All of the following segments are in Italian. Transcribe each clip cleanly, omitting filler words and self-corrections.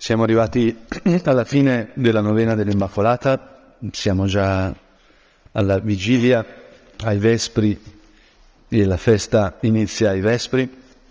Siamo arrivati alla fine della novena dell'Immacolata, siamo già alla vigilia, ai vespri, e la festa inizia ai vespri,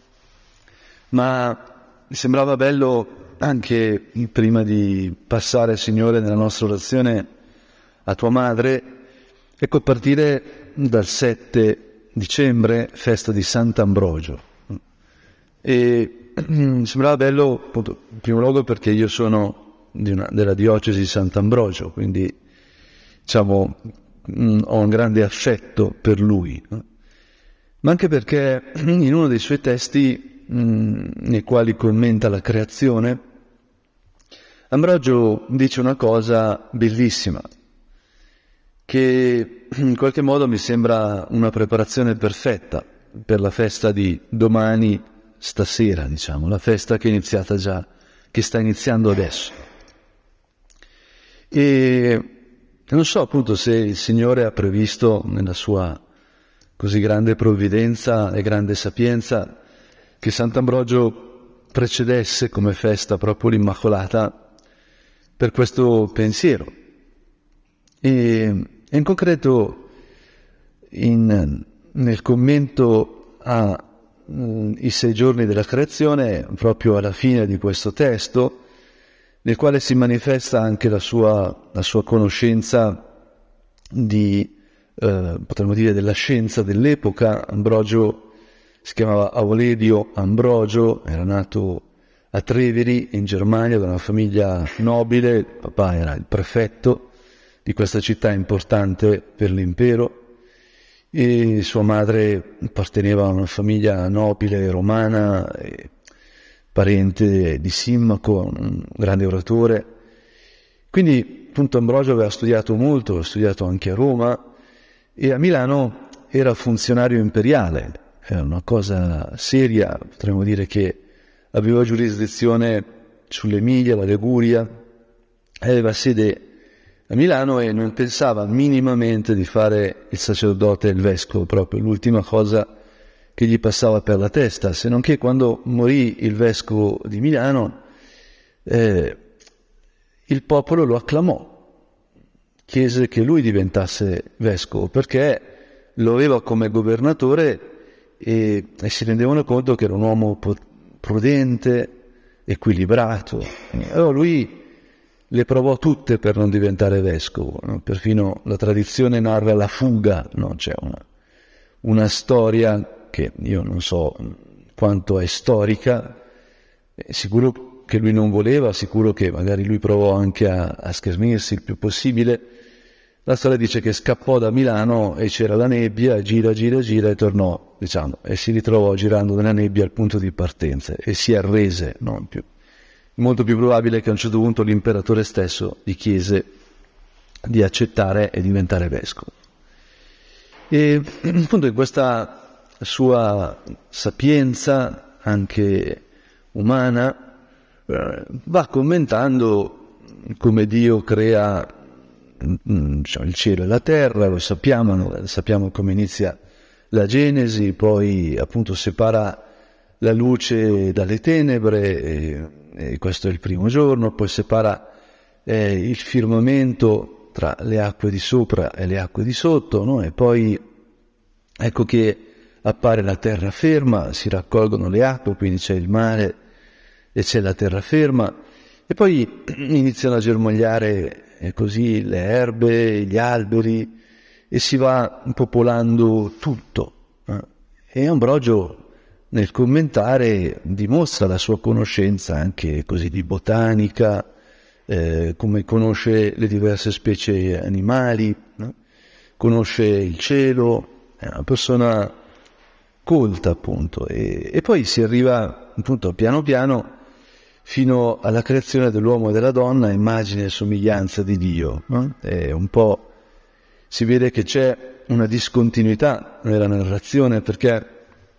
ma mi sembrava bello anche prima di passare, Signore, nella nostra orazione a Tua Madre, ecco, partire dal 7 dicembre, festa di Sant'Ambrogio. E mi sembrava bello, appunto, in primo luogo perché io sono della diocesi di Sant'Ambrogio, quindi diciamo ho un grande affetto per lui, no? Ma anche perché in uno dei suoi testi nei quali commenta la creazione, Ambrogio dice una cosa bellissima, che in qualche modo mi sembra una preparazione perfetta per la festa di domani, stasera, diciamo, la festa che è iniziata già, che sta iniziando adesso. E non so appunto se il Signore ha previsto nella sua così grande provvidenza e grande sapienza che Sant'Ambrogio precedesse come festa proprio l'Immacolata per questo pensiero. E in concreto nel commento i 6 giorni della creazione, proprio alla fine di questo testo, nel quale si manifesta anche la sua conoscenza potremmo dire, della scienza dell'epoca. Ambrogio si chiamava Auledio Ambrogio, era nato a Treviri, in Germania, da una famiglia nobile. Il papà era il prefetto di questa città importante per l'impero, e sua madre apparteneva a una famiglia nobile romana, parente di Simmaco, un grande oratore. Quindi appunto Ambrogio aveva studiato molto, ha studiato anche a Roma, e a Milano era funzionario imperiale, era una cosa seria, potremmo dire che aveva giurisdizione sull'Emilia, la Liguria, aveva sede a Milano e non pensava minimamente di fare il sacerdote e il vescovo, proprio l'ultima cosa che gli passava per la testa, se non che quando morì il vescovo di Milano il popolo lo acclamò, chiese che lui diventasse vescovo perché lo aveva come governatore e si rendevano conto che era un uomo prudente, equilibrato. Allora lui le provò tutte per non diventare vescovo, no? Perfino la tradizione narra la fuga, no? C'è una storia che io non so quanto è storica, sicuro che lui non voleva, sicuro che magari lui provò anche a schermirsi il più possibile. La storia dice che scappò da Milano e c'era la nebbia, gira e tornò, diciamo, e si ritrovò girando nella nebbia al punto di partenza e si arrese, non più. Molto più probabile che a un certo punto l'imperatore stesso gli chiese di accettare e diventare vescovo. E appunto in questa sua sapienza anche umana va commentando come Dio crea, diciamo, il cielo e la terra, lo sappiamo come inizia la Genesi, poi appunto separa la luce dalle tenebre, e questo è il primo giorno, poi separa il firmamento tra le acque di sopra e le acque di sotto, no? E poi ecco che appare la terraferma, si raccolgono le acque, quindi c'è il mare e c'è la terraferma, e poi iniziano a germogliare così le erbe, gli alberi, e si va popolando tutto. E Ambrogio nel commentare dimostra la sua conoscenza anche così di botanica, come conosce le diverse specie animali, no? Conosce il cielo, è una persona colta appunto, e poi si arriva appunto piano piano fino alla creazione dell'uomo e della donna, immagine e somiglianza di Dio, no? È un po', si vede che c'è una discontinuità nella narrazione, perché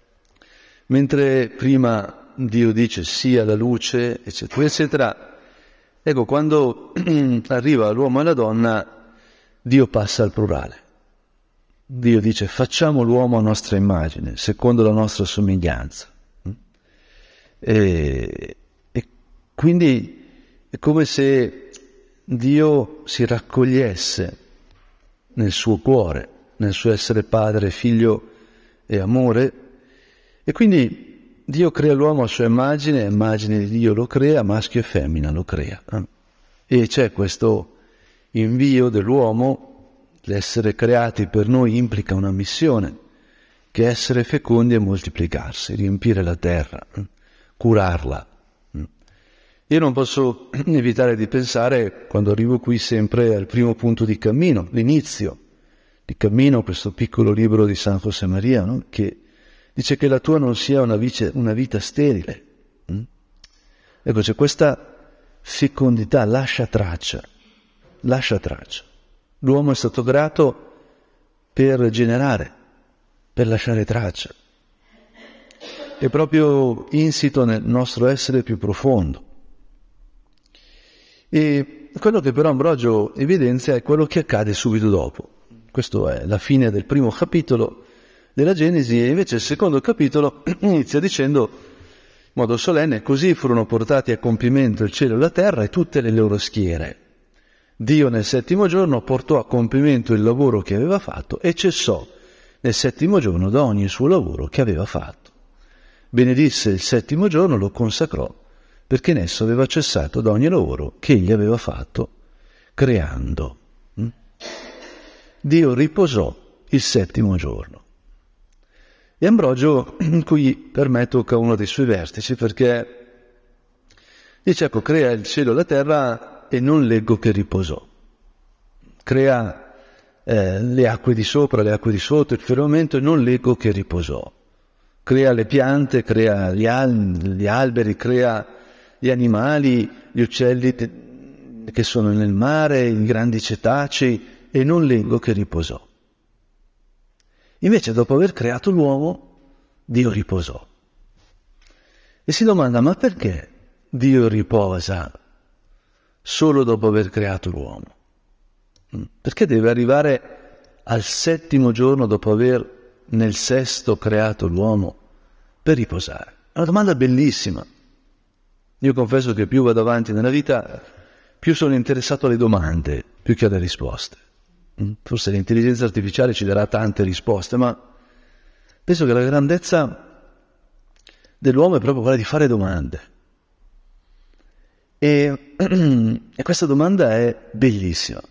mentre prima Dio dice sia la luce, eccetera, eccetera, ecco, quando arriva l'uomo e la donna, Dio passa al plurale. Dio dice facciamo l'uomo a nostra immagine, secondo la nostra somiglianza. E quindi È come se Dio si raccogliesse nel suo cuore, nel suo essere padre, figlio e amore, e quindi Dio crea l'uomo a sua immagine, a immagine di Dio lo crea, maschio e femmina lo crea. E c'è questo invio dell'uomo, l'essere creati per noi implica una missione, che è essere fecondi e moltiplicarsi, riempire la terra, curarla. Io non posso evitare di pensare, quando arrivo qui, sempre al primo punto di cammino, l'inizio di cammino, questo piccolo libro di San Josemaria, no? Che dice che la tua non sia una vita sterile. Ecco, c'è questa fecondità, lascia traccia. L'uomo è stato creato per generare, per lasciare traccia. È proprio insito nel nostro essere più profondo. E quello che però Ambrogio evidenzia è quello che accade subito dopo. Questo è la fine del primo capitolo della Genesi, e invece il secondo capitolo inizia dicendo in modo solenne: così furono portati a compimento il cielo e la terra e tutte le loro schiere. Dio nel settimo giorno portò a compimento il lavoro che aveva fatto e cessò nel settimo giorno da ogni suo lavoro che aveva fatto. Benedisse il settimo giorno, lo consacrò, perché in esso aveva cessato da ogni lavoro che egli aveva fatto, creando. Dio riposò il settimo giorno. E Ambrogio qui per me tocca uno dei suoi vertici, perché dice, ecco, crea il cielo e la terra e non leggo che riposò. Crea le acque di sopra, le acque di sotto, il firmamento, e non leggo che riposò. Crea le piante, crea gli alberi, crea gli animali, gli uccelli che sono nel mare, i grandi cetacei, e non leggo che riposò. Invece, dopo aver creato l'uomo, Dio riposò. E si domanda, ma perché Dio riposa solo dopo aver creato l'uomo? Perché deve arrivare al settimo giorno dopo aver nel sesto creato l'uomo per riposare? È una domanda bellissima. Io confesso che più vado avanti nella vita, più sono interessato alle domande, più che alle risposte. Forse l'intelligenza artificiale ci darà tante risposte, ma penso che la grandezza dell'uomo è proprio quella di fare domande. E questa domanda è bellissima,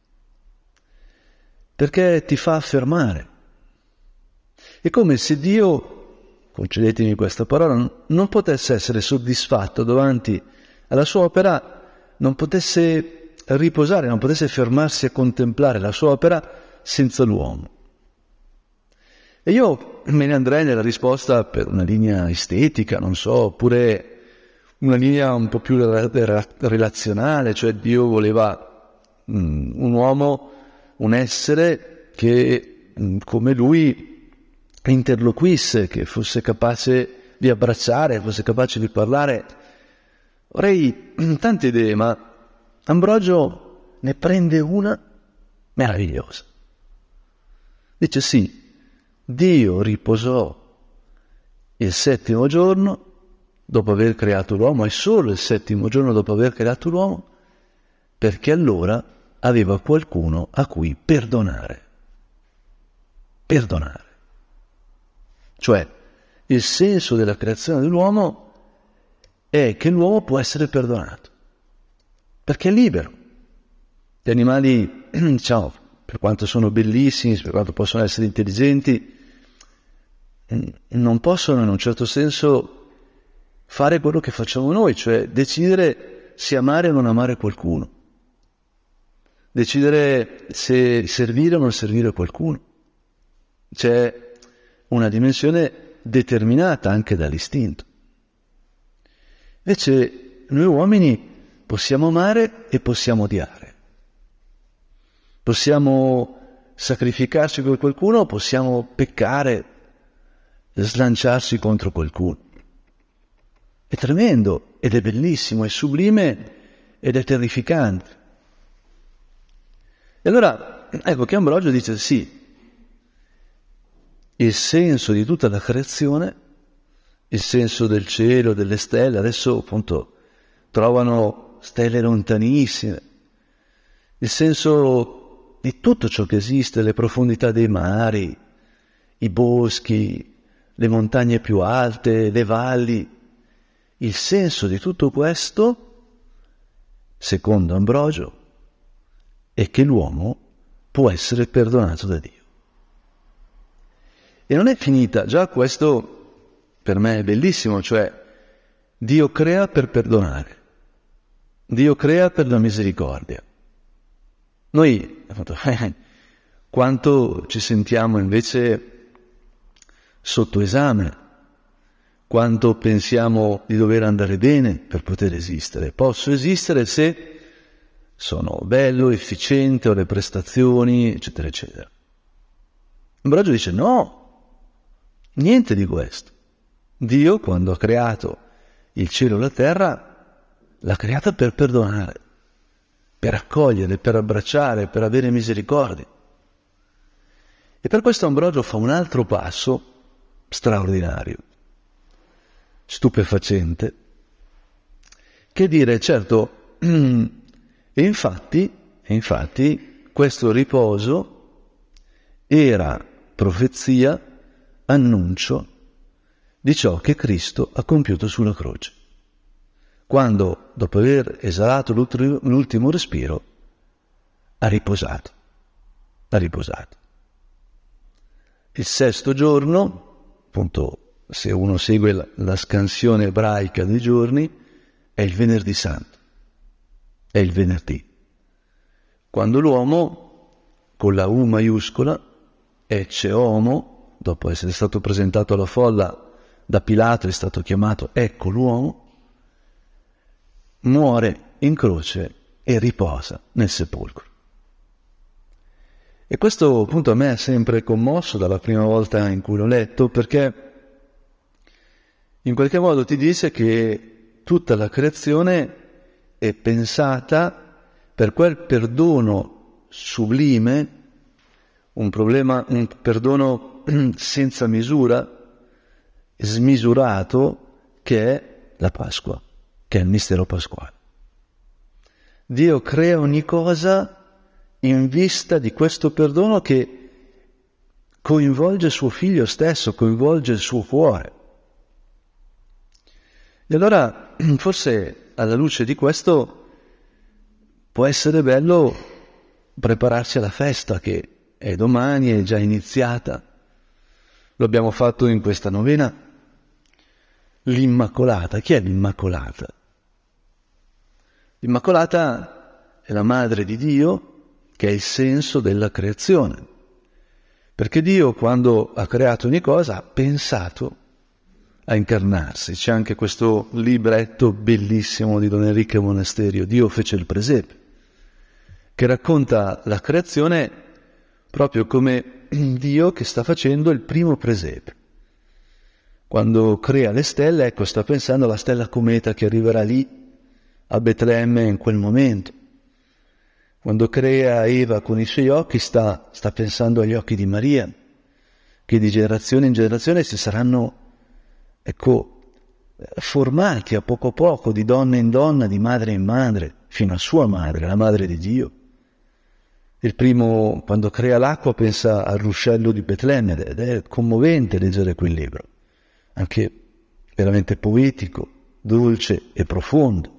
perché ti fa affermare. È come se Dio, concedetemi questa parola, non potesse essere soddisfatto davanti alla sua opera, non potesse riposare, non potesse fermarsi a contemplare la sua opera senza l'uomo. E io me ne andrei nella risposta per una linea estetica, non so, oppure una linea un po' più relazionale, cioè Dio voleva un uomo, un essere che come lui interloquisse, che fosse capace di abbracciare, fosse capace di parlare. Avrei tante idee, ma Ambrogio ne prende una meravigliosa. Dice sì, Dio riposò il settimo giorno dopo aver creato l'uomo, e solo il settimo giorno dopo aver creato l'uomo, perché allora aveva qualcuno a cui perdonare. Perdonare. Cioè, il senso della creazione dell'uomo è che l'uomo può essere perdonato, perché è libero. Gli animali, diciamo, per quanto sono bellissimi, per quanto possono essere intelligenti, non possono in un certo senso fare quello che facciamo noi, cioè decidere se amare o non amare qualcuno, decidere se servire o non servire qualcuno. C'è una dimensione determinata anche dall'istinto. Invece noi uomini possiamo amare e possiamo odiare. Possiamo sacrificarci per qualcuno, possiamo peccare, slanciarsi contro qualcuno. È tremendo, ed è bellissimo, è sublime ed è terrificante. E allora, ecco che Ambrogio dice sì, il senso di tutta la creazione, il senso del cielo, delle stelle, adesso appunto trovano stelle lontanissime, il senso di tutto ciò che esiste, le profondità dei mari, i boschi, le montagne più alte, le valli. Il senso di tutto questo, secondo Ambrogio, è che l'uomo può essere perdonato da Dio. E non è finita, già questo per me è bellissimo, cioè Dio crea per perdonare, Dio crea per la misericordia. Noi, quanto ci sentiamo invece sotto esame, quanto pensiamo di dover andare bene per poter esistere. Posso esistere se sono bello, efficiente, ho le prestazioni, eccetera, eccetera. Ambrogio dice no, niente di questo. Dio, quando ha creato il cielo e la terra, l'ha creata per perdonare, per accogliere, per abbracciare, per avere misericordia. E per questo Ambrogio fa un altro passo straordinario, stupefacente, che dire, certo, e infatti questo riposo era profezia, annuncio di ciò che Cristo ha compiuto sulla croce, quando, dopo aver esalato l'ultimo respiro, ha riposato. Il sesto giorno, appunto, se uno segue la scansione ebraica dei giorni, è il venerdì santo, è il venerdì, quando l'uomo, con la U maiuscola, ecce homo, dopo essere stato presentato alla folla da Pilato, è stato chiamato ecco l'uomo, muore in croce e riposa nel sepolcro. E questo appunto a me ha sempre commosso dalla prima volta in cui l'ho letto, perché in qualche modo ti dice che tutta la creazione è pensata per quel perdono sublime, un perdono senza misura, smisurato, che è la Pasqua, che è il mistero pasquale. Dio crea ogni cosa in vista di questo perdono che coinvolge suo figlio stesso, coinvolge il suo cuore. E allora, forse alla luce di questo, può essere bello prepararsi alla festa che è domani, è già iniziata. Lo abbiamo fatto in questa novena. L'Immacolata. Chi è l'Immacolata? L'Immacolata è la Madre di Dio, che è il senso della creazione. Perché Dio, quando ha creato ogni cosa, ha pensato a incarnarsi. C'è anche questo libretto bellissimo di Don Enrico Monasterio, Dio fece il presepe, che racconta la creazione proprio come Dio che sta facendo il primo presepe. Quando crea le stelle, ecco, sta pensando alla stella cometa che arriverà lì a Betlemme in quel momento. Quando crea Eva con i suoi occhi, sta pensando agli occhi di Maria, che di generazione in generazione si saranno, formati a poco, di donna in donna, di madre in madre, fino a sua madre, la madre di Dio. Il primo, quando crea l'acqua, pensa al ruscello di Betlemme, ed è commovente leggere quel libro, anche veramente poetico, dolce e profondo.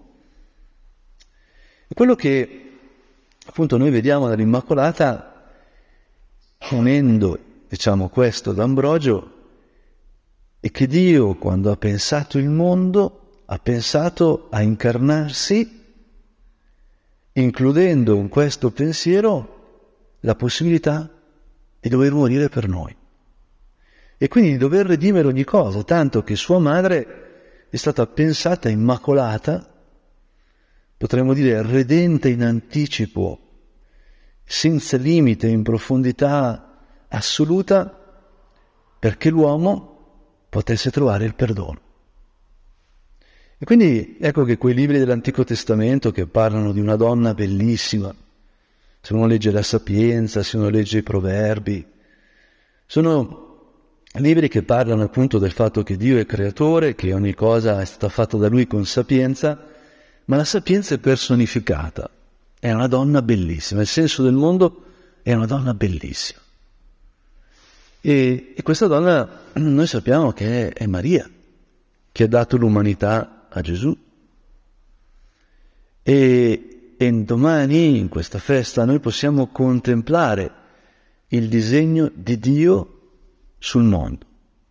E quello che appunto noi vediamo dall'Immacolata, unendo, questo d'Ambrogio, è che Dio, quando ha pensato il mondo, ha pensato a incarnarsi, includendo in questo pensiero la possibilità di dover morire per noi. E quindi di dover redimere ogni cosa, tanto che sua madre è stata pensata immacolata, potremmo dire redente in anticipo, senza limite, in profondità assoluta, perché l'uomo potesse trovare il perdono. E quindi ecco che quei libri dell'Antico Testamento che parlano di una donna bellissima, se uno legge la Sapienza, se uno legge i Proverbi, sono libri che parlano appunto del fatto che Dio è creatore, che ogni cosa è stata fatta da Lui con sapienza, ma la sapienza è personificata, è una donna bellissima, il senso del mondo è una donna bellissima. E questa donna noi sappiamo che è Maria, che ha dato l'umanità a Gesù. E domani, in questa festa, noi possiamo contemplare il disegno di Dio sul mondo.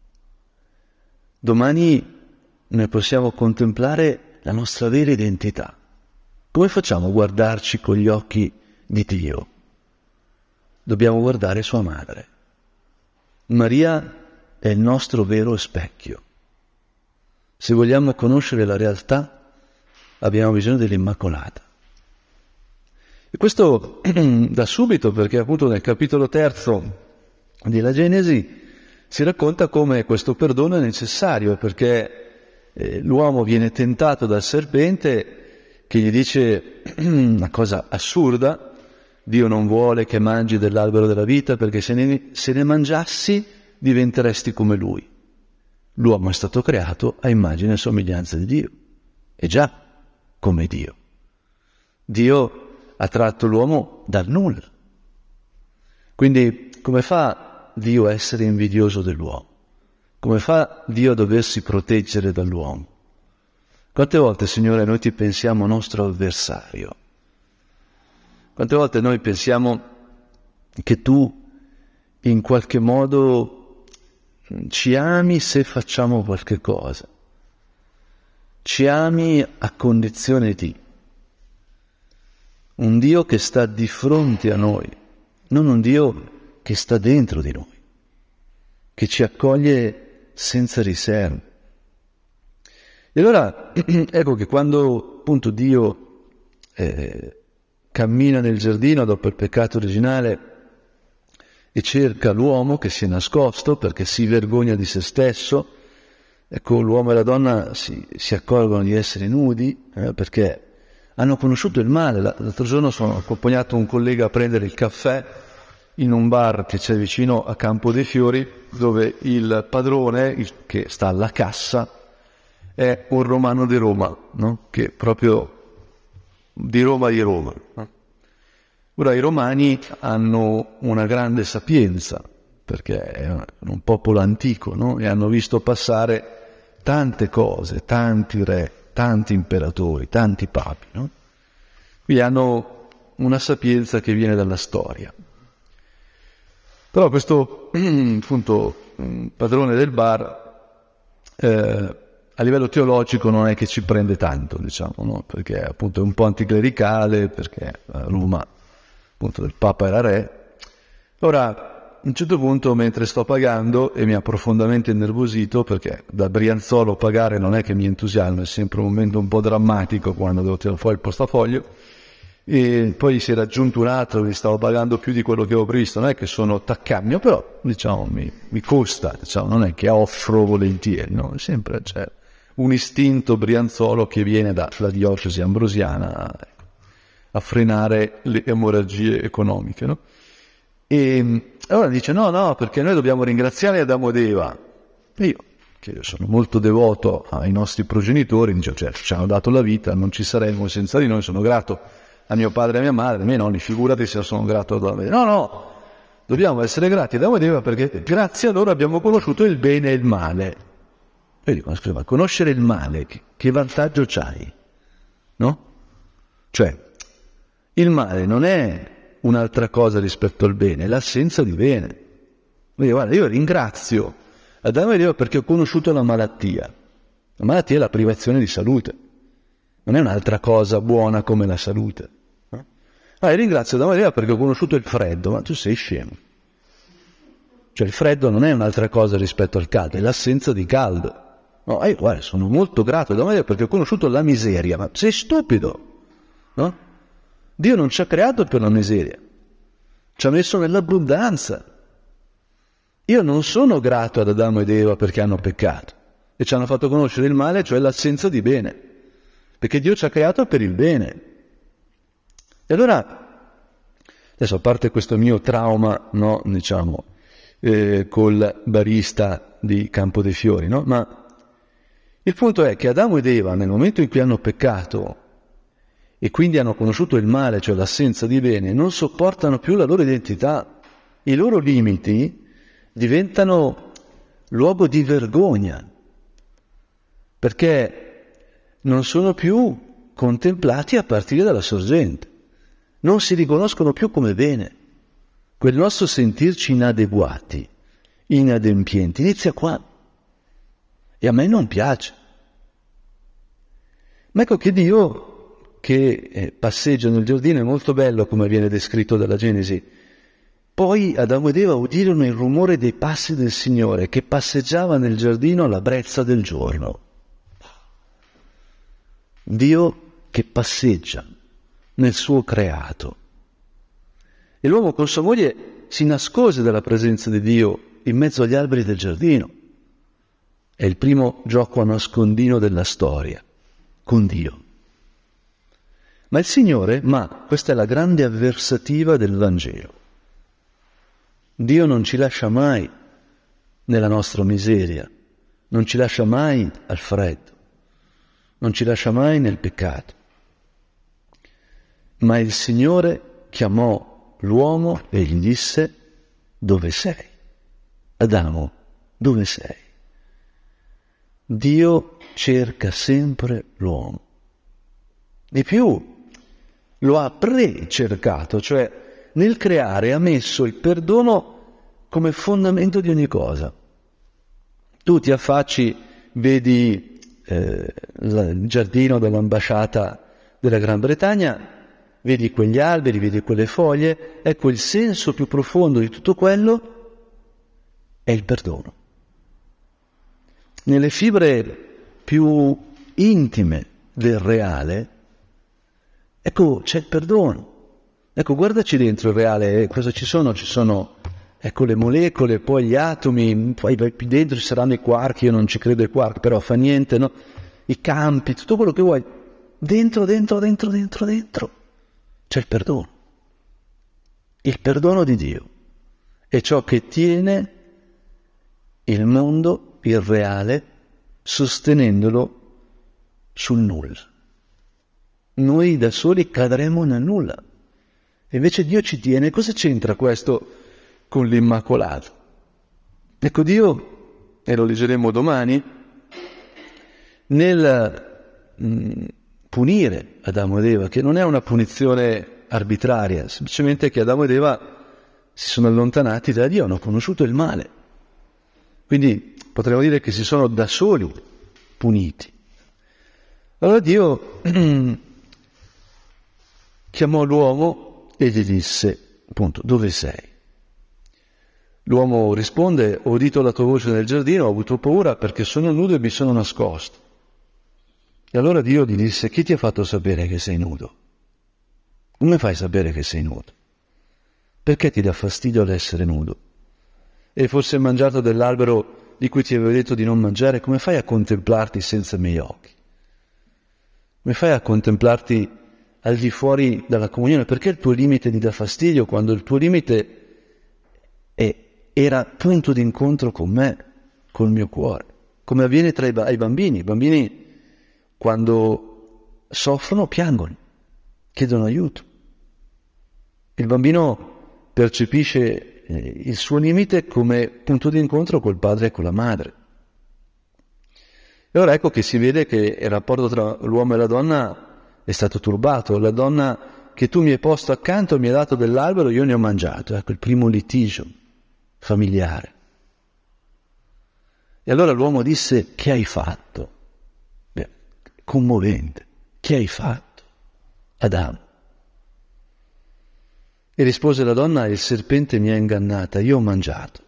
Domani noi possiamo contemplare la nostra vera identità. Come facciamo a guardarci con gli occhi di Dio? Dobbiamo guardare sua madre. Maria è il nostro vero specchio. Se vogliamo conoscere la realtà, abbiamo bisogno dell'Immacolata. E questo da subito, perché appunto nel capitolo 3 della Genesi si racconta come questo perdono è necessario, perché l'uomo viene tentato dal serpente che gli dice una cosa assurda: Dio non vuole che mangi dell'albero della vita perché se ne mangiassi diventeresti come Lui. L'uomo è stato creato a immagine e somiglianza di Dio, è già come Dio. Dio ha tratto l'uomo dal nulla. Quindi come fa Dio a essere invidioso dell'uomo? Come fa Dio a doversi proteggere dall'uomo? Quante volte, Signore, noi ti pensiamo nostro avversario? Quante volte noi pensiamo che tu in qualche modo ci ami se facciamo qualche cosa, ci ami a condizione di un Dio che sta di fronte a noi, non un Dio che sta dentro di noi, che ci accoglie senza riserve. E allora ecco che quando appunto Dio cammina nel giardino dopo il peccato originale e cerca l'uomo che si è nascosto perché si vergogna di se stesso, ecco, l'uomo e la donna si accorgono di essere nudi perché hanno conosciuto il male. L'altro giorno sono accompagnato un collega a prendere il caffè in un bar che c'è vicino a Campo dei Fiori, dove il padrone, che sta alla cassa, è un romano di Roma, no? Che proprio di Roma. No? Ora i romani hanno una grande sapienza, perché è un popolo antico, no? E hanno visto passare tante cose, tanti re, tanti imperatori, tanti papi, no? Quindi hanno una sapienza che viene dalla storia. Però questo appunto padrone del bar a livello teologico non è che ci prende tanto, diciamo, no? Perché appunto è un po' anticlericale, perché a Roma appunto il Papa era re. Ora, a un certo punto, mentre sto pagando, e mi ha profondamente innervosito, perché da Brianzolo pagare non è che mi entusiasma, è sempre un momento un po' drammatico quando devo tirare fuori il portafoglio, e poi si era aggiunto un altro, mi stavo pagando più di quello che avevo previsto, non è che sono taccagno, però diciamo mi costa, diciamo, non è che offro volentieri, no? Sempre c'è un istinto Brianzolo che viene dalla diocesi ambrosiana a frenare le emorragie economiche, no? E allora dice no, perché noi dobbiamo ringraziare Adamo ed Eva. E io, che sono molto devoto ai nostri progenitori, dicevo, cioè, ci hanno dato la vita, non ci saremmo senza di noi, sono grato a mio padre e a mia madre, ai miei nonni, figurati se sono grato ad Adamo ed Eva. No, dobbiamo essere grati ad Adamo ed Eva perché grazie a loro abbiamo conosciuto il bene e il male. E io dico, scusa, ma conoscere il male, che vantaggio c'hai? No? Cioè, il male non è un'altra cosa rispetto al bene, è l'assenza di bene. Quindi, guarda, io ringrazio Adamo ed Eva perché ho conosciuto la malattia. La malattia è la privazione di salute, non è un'altra cosa buona come la salute. No? Io ringrazio Adamo ed Eva perché ho conosciuto il freddo, ma tu sei scemo. Cioè il freddo non è un'altra cosa rispetto al caldo, è l'assenza di caldo. No, io guarda, sono molto grato ad Adamo ed Eva perché ho conosciuto la miseria, ma sei stupido, no? Dio non ci ha creato per la miseria, ci ha messo nell'abbondanza. Io non sono grato ad Adamo ed Eva perché hanno peccato e ci hanno fatto conoscere il male, cioè l'assenza di bene, perché Dio ci ha creato per il bene. E allora, adesso a parte questo mio trauma, no, diciamo, col barista di Campo dei Fiori, no? Ma il punto è che Adamo ed Eva, nel momento in cui hanno peccato, e quindi hanno conosciuto il male, cioè l'assenza di bene, non sopportano più la loro identità. I loro limiti diventano luogo di vergogna, perché non sono più contemplati a partire dalla sorgente, non si riconoscono più come bene. Quel nostro sentirci inadeguati, inadempienti, inizia qua, e a me non piace. Ma ecco che Dio, che passeggia nel giardino, è molto bello come viene descritto dalla Genesi. Poi Adamo ed Eva udirono il rumore dei passi del Signore che passeggiava nel giardino alla brezza del giorno. Dio che passeggia nel suo creato. E l'uomo con sua moglie si nascose dalla presenza di Dio in mezzo agli alberi del giardino. È il primo gioco a nascondino della storia, con Dio. Ma il Signore, questa è la grande avversativa del Vangelo. Dio non ci lascia mai nella nostra miseria, non ci lascia mai al freddo, non ci lascia mai nel peccato. Ma il Signore chiamò l'uomo e gli disse: dove sei? Adamo, dove sei? Dio cerca sempre l'uomo. Di più, lo ha pre-cercato, cioè nel creare ha messo il perdono come fondamento di ogni cosa. Tu ti affacci, vedi il giardino dell'ambasciata della Gran Bretagna, vedi quegli alberi, vedi quelle foglie, ecco il senso più profondo di tutto quello è il perdono. Nelle fibre più intime del reale, ecco, c'è il perdono. Ecco, guardaci dentro il reale, cosa ci sono? Ci sono, ecco, le molecole, poi gli atomi, poi dentro ci saranno i quark, io non ci credo ai quark, però fa niente, no? I campi, tutto quello che vuoi. Dentro c'è il perdono. Il perdono di Dio è ciò che tiene il mondo, il reale, sostenendolo sul nulla. Noi da soli cadremo nel nulla. E invece Dio ci tiene. Cosa c'entra questo con l'Immacolato? Ecco, Dio, e lo leggeremo domani, nel punire Adamo ed Eva, che non è una punizione arbitraria, semplicemente che Adamo ed Eva si sono allontanati da Dio, hanno conosciuto il male. Quindi potremmo dire che si sono da soli puniti. Allora Dio chiamò l'uomo e gli disse, appunto, dove sei? L'uomo risponde: ho udito la tua voce nel giardino, ho avuto paura perché sono nudo e mi sono nascosto. E allora Dio gli disse: chi ti ha fatto sapere che sei nudo? Come fai a sapere che sei nudo? Perché ti dà fastidio l'essere nudo? E fosse mangiato dell'albero di cui ti avevo detto di non mangiare, come fai a contemplarti senza i miei occhi? Come fai a contemplarti al di fuori dalla comunione? Perché il tuo limite ti dà fastidio quando il tuo limite era punto d'incontro con me, col mio cuore, come avviene tra i bambini. I bambini quando soffrono piangono, chiedono aiuto. Il bambino percepisce il suo limite come punto d'incontro col padre e con la madre. E ora ecco che si vede che il rapporto tra l'uomo e la donna è stato turbato. La donna che tu mi hai posto accanto mi ha dato dell'albero, io ne ho mangiato. Ecco il primo litigio familiare. E allora l'uomo disse: che hai fatto? Beh, commovente. Che hai fatto, Adamo? E rispose la donna: il serpente mi ha ingannata, io ho mangiato.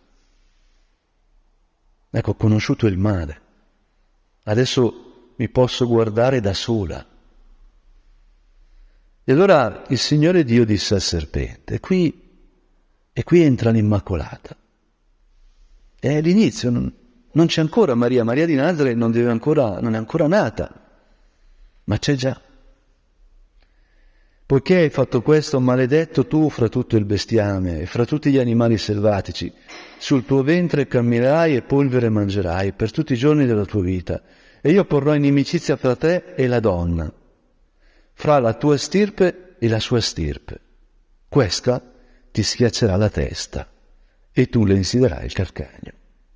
Ecco, ho conosciuto il male. Adesso mi posso guardare da sola. E allora il Signore Dio disse al serpente, e qui entra l'Immacolata. È l'inizio, non c'è ancora Maria di Nazareth non è ancora nata, ma c'è già. Poiché hai fatto questo, maledetto tu fra tutto il bestiame e fra tutti gli animali selvatici, sul tuo ventre camminerai e polvere mangerai per tutti i giorni della tua vita, e io porrò inimicizia fra te e la donna, fra la tua stirpe e la sua stirpe. Questa ti schiaccerà la testa e tu le insiderai il calcagno.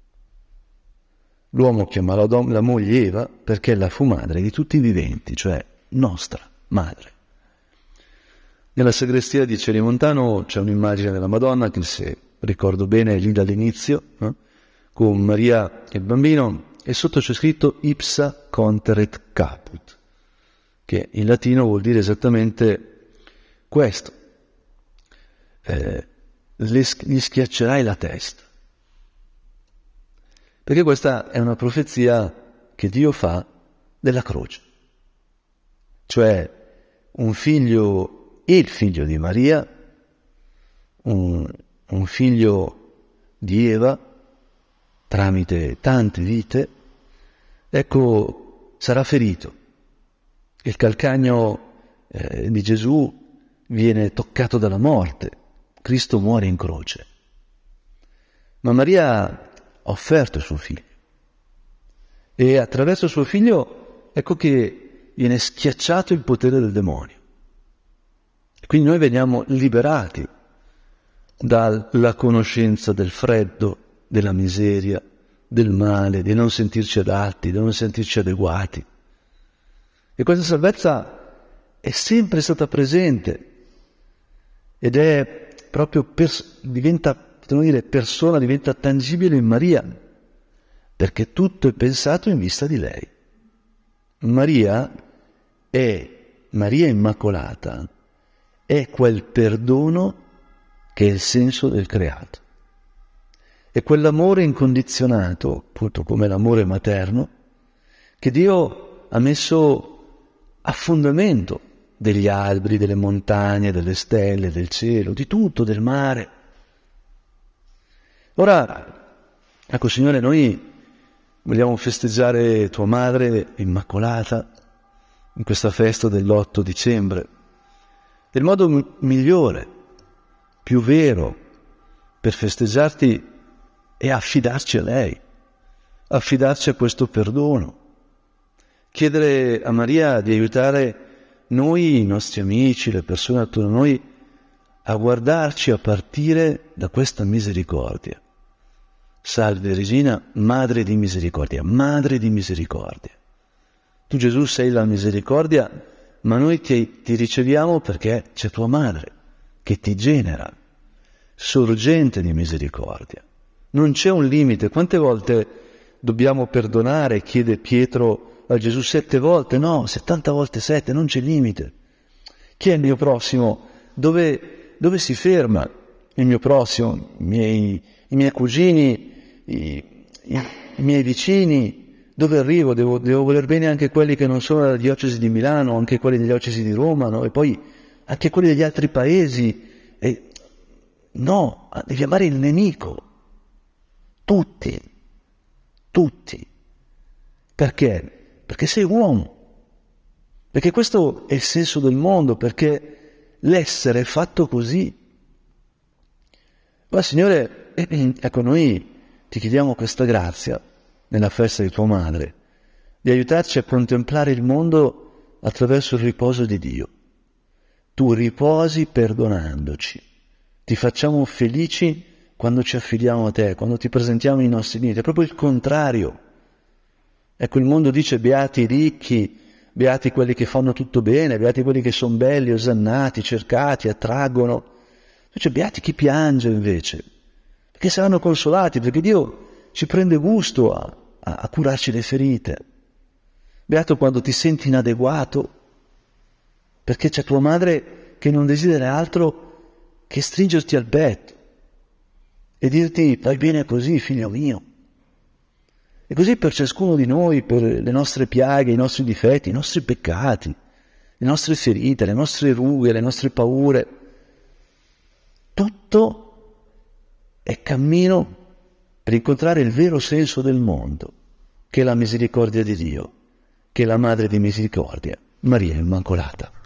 L'uomo chiama la moglie Eva perché ella fu madre di tutti i viventi, cioè nostra madre. Nella sagrestia di Celimontano c'è un'immagine della Madonna che, se ricordo bene, è lì dall'inizio, con Maria e il bambino, e sotto c'è scritto ipsa conteret caput, che in latino vuol dire esattamente questo. Gli schiaccerai la testa. Perché questa è una profezia che Dio fa della croce. Cioè un figlio, il figlio di Maria, un figlio di Eva, tramite tante vite, ecco, sarà ferito. Il calcagno di Gesù viene toccato dalla morte. Cristo muore in croce. Ma Maria ha offerto il suo figlio. E attraverso suo figlio, ecco che viene schiacciato il potere del demonio. Quindi noi veniamo liberati dalla conoscenza del freddo, della miseria, del male, di non sentirci adatti, di non sentirci adeguati. E questa salvezza è sempre stata presente ed è proprio diventa tangibile in Maria, perché tutto è pensato in vista di lei. Maria Immacolata, è quel perdono che è il senso del creato. È quell'amore incondizionato, appunto come l'amore materno, che Dio ha messo a fondamento degli alberi, delle montagne, delle stelle, del cielo, di tutto, del mare. Ora, ecco Signore, noi vogliamo festeggiare tua Madre Immacolata in questa festa dell'8 dicembre, del modo migliore, più vero, per festeggiarti è affidarci a lei, affidarci a questo perdono, chiedere a Maria di aiutare noi, i nostri amici, le persone attorno a noi, a guardarci a partire da questa misericordia. Salve Regina, Madre di misericordia, Madre di misericordia. Tu Gesù sei la misericordia, ma noi ti riceviamo perché c'è tua Madre che ti genera, sorgente di misericordia. Non c'è un limite. Quante volte dobbiamo perdonare, chiede Pietro a Gesù 7 volte? No, 70 volte 7, non c'è limite. Chi è il mio prossimo? Dove si ferma il mio prossimo? I miei cugini, i miei vicini? Dove arrivo? Devo voler bene anche quelli che non sono della diocesi di Milano, anche quelli della diocesi di Roma, no? E poi anche quelli degli altri paesi. No, devi amare il nemico. Tutti. Perché? Perché sei uomo. Perché questo è il senso del mondo, perché l'essere è fatto così. Ma Signore, ecco, noi ti chiediamo questa grazia nella festa di tua Madre, di aiutarci a contemplare il mondo attraverso il riposo di Dio. Tu riposi perdonandoci, ti facciamo felici quando ci affidiamo a te, quando ti presentiamo i nostri limiti. È proprio il contrario. Ecco, il mondo dice beati i ricchi, beati quelli che fanno tutto bene, beati quelli che sono belli, osannati, cercati, attraggono. Invece beati chi piange invece, perché saranno consolati, perché Dio ci prende gusto a curarci le ferite. Beato quando ti senti inadeguato, perché c'è tua Madre che non desidera altro che stringerti al petto e dirti vai bene così, figlio mio. E così per ciascuno di noi, per le nostre piaghe, i nostri difetti, i nostri peccati, le nostre ferite, le nostre rughe, le nostre paure, tutto è cammino per incontrare il vero senso del mondo, che è la misericordia di Dio, che è la Madre di misericordia, Maria Immacolata.